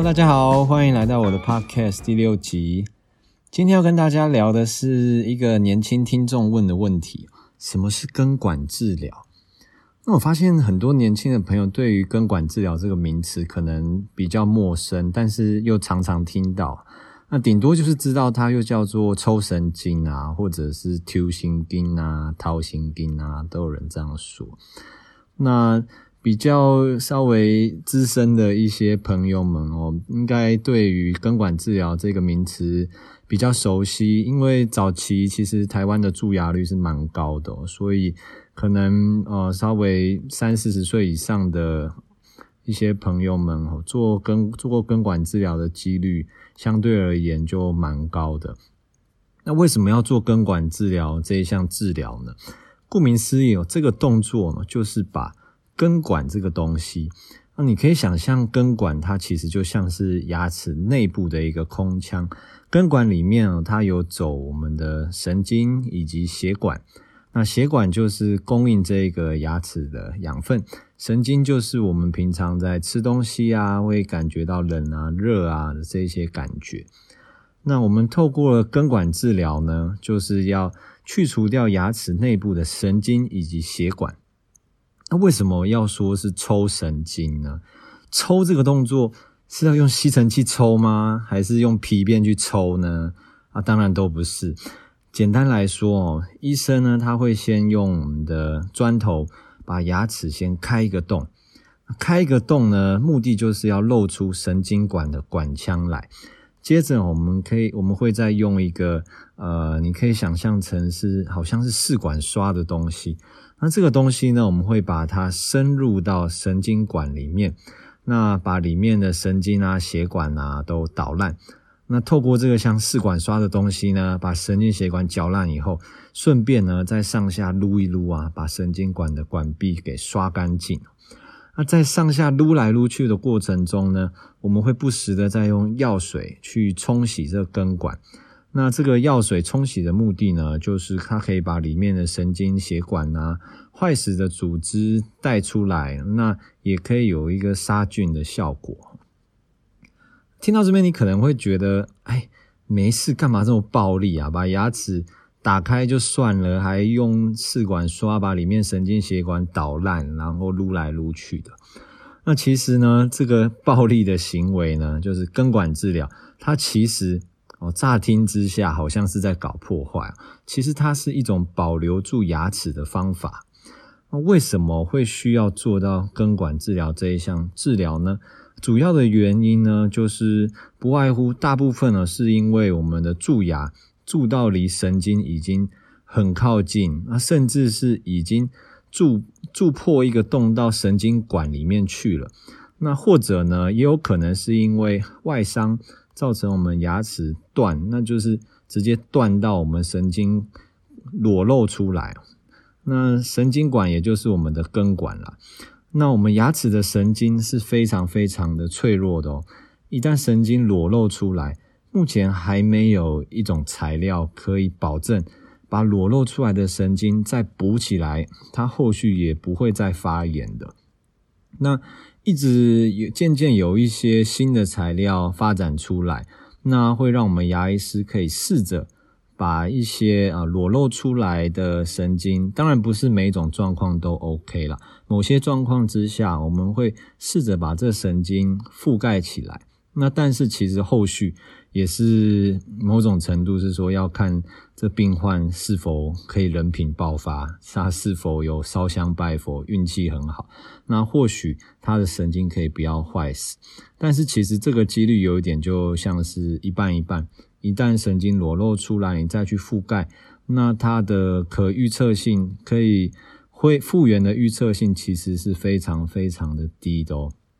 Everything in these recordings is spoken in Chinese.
大家好，欢迎来到我的 Podcast 第6集。今天要跟大家聊的是一个年轻听众问的问题，什么是根管治疗？那我发现很多年轻的朋友对于根管治疗这个名词可能比较陌生，但是又常常听到。那顶多就是知道它又叫做抽神经啊，或者是抽神经啊、掏神经啊，都有人这样说。那比较稍微资深的一些朋友们应该对于根管治疗这个名词比较熟悉，因为早期其实台湾的蛀牙率是蛮高的所以可能稍微30-40岁以上的一些朋友们做过根管治疗的几率相对而言就蛮高的。那为什么要做根管治疗这一项治疗呢？顾名思义这个动作呢，就是把根管这个东西，那你可以想象根管它其实就像是牙齿内部的一个空腔，根管里面它有走我们的神经以及血管，那血管就是供应这个牙齿的养分，神经就是我们平常在吃东西啊会感觉到冷啊热啊的这些感觉。那我们透过了根管治疗呢，就是要去除掉牙齿内部的神经以及血管。那为什么要说是抽神经呢？抽这个动作是要用吸尘器抽吗？还是用皮鞭去抽呢？当然都不是。简单来说医生呢他会先用我们的砖头把牙齿先开一个洞，开一个洞呢目的就是要露出神经管的管腔来。接着我们会再用一个你可以想象成是好像是试管刷的东西，那这个东西呢我们会把它深入到神经管里面，那把里面的神经啊血管啊都捣烂，那透过这个像试管刷的东西呢把神经血管搅烂以后，顺便呢再上下撸一撸啊，把神经管的管壁给刷干净。那在上下撸来撸去的过程中呢，我们会不时的再用药水去冲洗这个根管。那这个药水冲洗的目的呢，就是它可以把里面的神经血管啊坏死的组织带出来，那也可以有一个杀菌的效果。听到这边你可能会觉得没事，干嘛这么暴力啊，把牙齿打开就算了，还用试管刷把里面神经血管捣烂，然后撸来撸去的。那其实呢，这个暴力的行为呢，就是根管治疗，它其实乍听之下好像是在搞破坏，其实它是一种保留住牙齿的方法。那为什么会需要做到根管治疗这一项治疗呢？主要的原因呢，就是不外乎大部分呢是因为我们的蛀牙蛀到离神经已经很靠近，甚至是已经蛀破一个洞到神经管里面去了。那或者呢，也有可能是因为外伤造成我们牙齿断，那就是直接断到我们神经裸露出来。那神经管也就是我们的根管啦。那我们牙齿的神经是非常非常的脆弱的一旦神经裸露出来，目前还没有一种材料可以保证把裸露出来的神经再补起来，它后续也不会再发炎的。那一直渐渐有一些新的材料发展出来，那会让我们牙医师可以试着把一些裸露出来的神经，当然不是每一种状况都 OK 啦，某些状况之下我们会试着把这神经覆盖起来。那但是其实后续也是某种程度是说要看这病患是否可以人品爆发，他是否有烧香拜佛运气很好，那或许他的神经可以不要坏死，但是其实这个几率有一点就像是一半一半，一旦神经裸露出来你再去覆盖，那它的可预测性会复原的预测性其实是非常非常的低的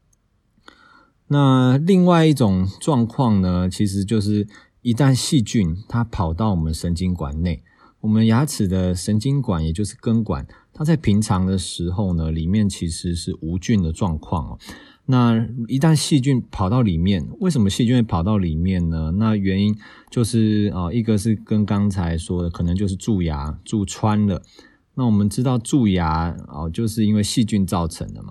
那另外一种状况呢，其实就是一旦细菌它跑到我们神经管内，我们牙齿的神经管也就是根管，它在平常的时候呢，里面其实是无菌的状况那一旦细菌跑到里面，为什么细菌会跑到里面呢？那原因就是一个是跟刚才说的，可能就是蛀牙蛀穿了。那我们知道蛀牙就是因为细菌造成的嘛。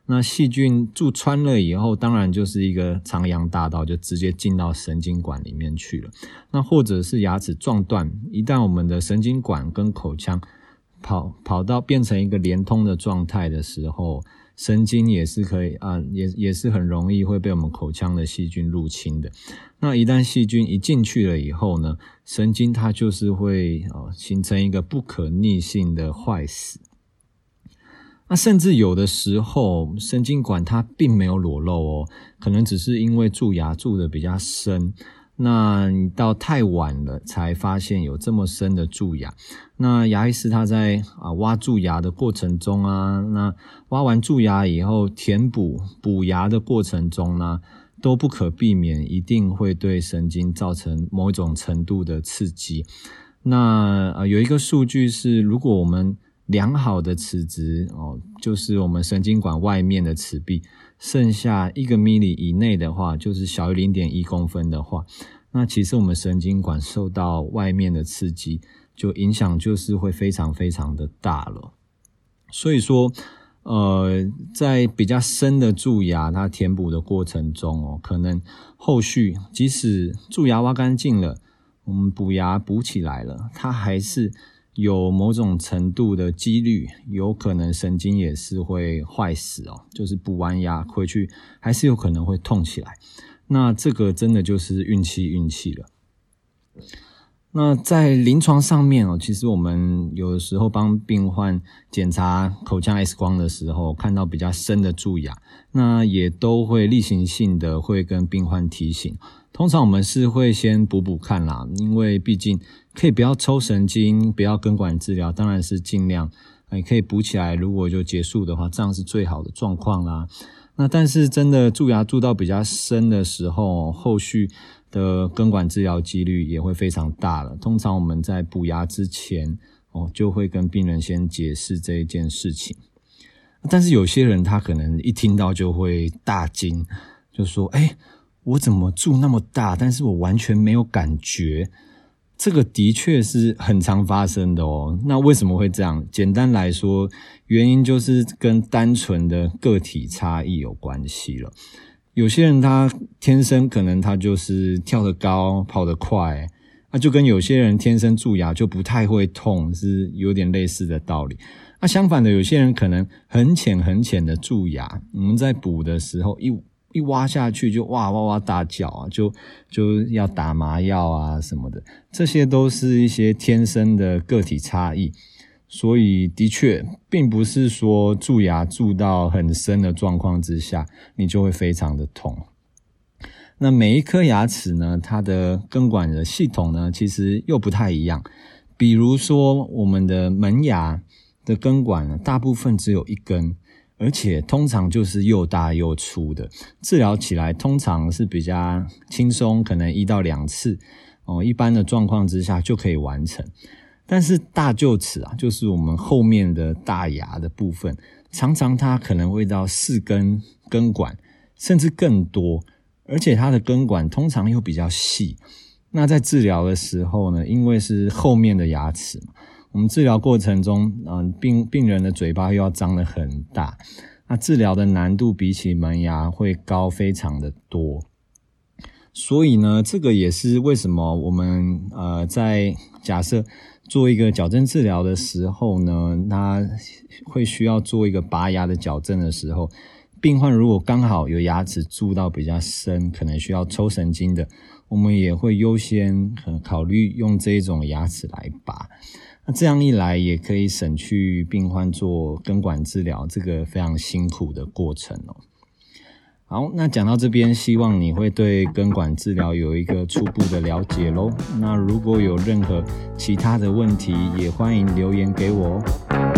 那细菌蛀穿了以后，当然就是一个长阳大道，就直接进到神经管里面去了。那或者是牙齿撞断，一旦我们的神经管跟口腔跑到变成一个连通的状态的时候，神经也是可以也是很容易会被我们口腔的细菌入侵的。那一旦细菌一进去了以后呢，神经它就是会形成一个不可逆性的坏死。那甚至有的时候神经管它并没有裸露可能只是因为蛀牙蛀得比较深，那你到太晚了才发现有这么深的蛀牙。那牙医师他在挖蛀牙的过程中那挖完蛀牙以后填补牙的过程中呢，都不可避免一定会对神经造成某一种程度的刺激。那有一个数据是，如果我们良好的齿质就是我们神经管外面的齿壁剩下1个 mm 以内的话，就是小于 0.1 公分的话，那其实我们神经管受到外面的刺激，就影响就是会非常非常的大了。所以说在比较深的蛀牙它填补的过程中可能后续即使蛀牙挖干净了，我们补牙补起来了，它还是有某种程度的几率有可能神经也是会坏死就是补完牙回去还是有可能会痛起来。那这个真的就是运气了。那在临床上面其实我们有的时候帮病患检查口腔 X 光的时候，看到比较深的蛀牙，那也都会例行性的会跟病患提醒。通常我们是会先补看啦，因为毕竟可以不要抽神经，不要根管治疗，当然是尽量可以补起来，如果就结束的话，这样是最好的状况啦。那但是真的蛀牙蛀到比较深的时候，后续的根管治疗几率也会非常大了。通常我们在补牙之前就会跟病人先解释这一件事情。但是有些人他可能一听到就会大惊，就说我怎么蛀那么大，但是我完全没有感觉。这个的确是很常发生的那为什么会这样？简单来说，原因就是跟单纯的个体差异有关系了。有些人他天生可能他就是跳得高跑得快就跟有些人天生蛀牙就不太会痛是有点类似的道理。相反的，有些人可能很浅的蛀牙，我们在补的时候一挖下去就哇哇哇大叫就要打麻药什么的，这些都是一些天生的个体差异。所以的确并不是说蛀牙蛀到很深的状况之下你就会非常的痛。那每一颗牙齿呢，它的根管的系统呢其实又不太一样。比如说我们的门牙的根管呢，大部分只有1根，而且通常就是又大又粗的，治疗起来通常是比较轻松，可能1到2次一般的状况之下就可以完成。但是大臼齿就是我们后面的大牙的部分，常常它可能会到4根根管甚至更多，而且它的根管通常又比较细。那在治疗的时候呢，因为是后面的牙齿嘛，我们治疗过程中病人的嘴巴又要张得很大，那治疗的难度比起门牙会高非常的多。所以呢，这个也是为什么我们在假设做一个矫正治疗的时候呢，他会需要做一个拔牙的矫正的时候，病患如果刚好有牙齿蛀到比较深，可能需要抽神经的，我们也会优先考虑用这种牙齿来拔。那这样一来也可以省去病患做根管治疗这个非常辛苦的过程好，那讲到这边，希望你会对根管治疗有一个初步的了解咯。那如果有任何其他的问题，也欢迎留言给我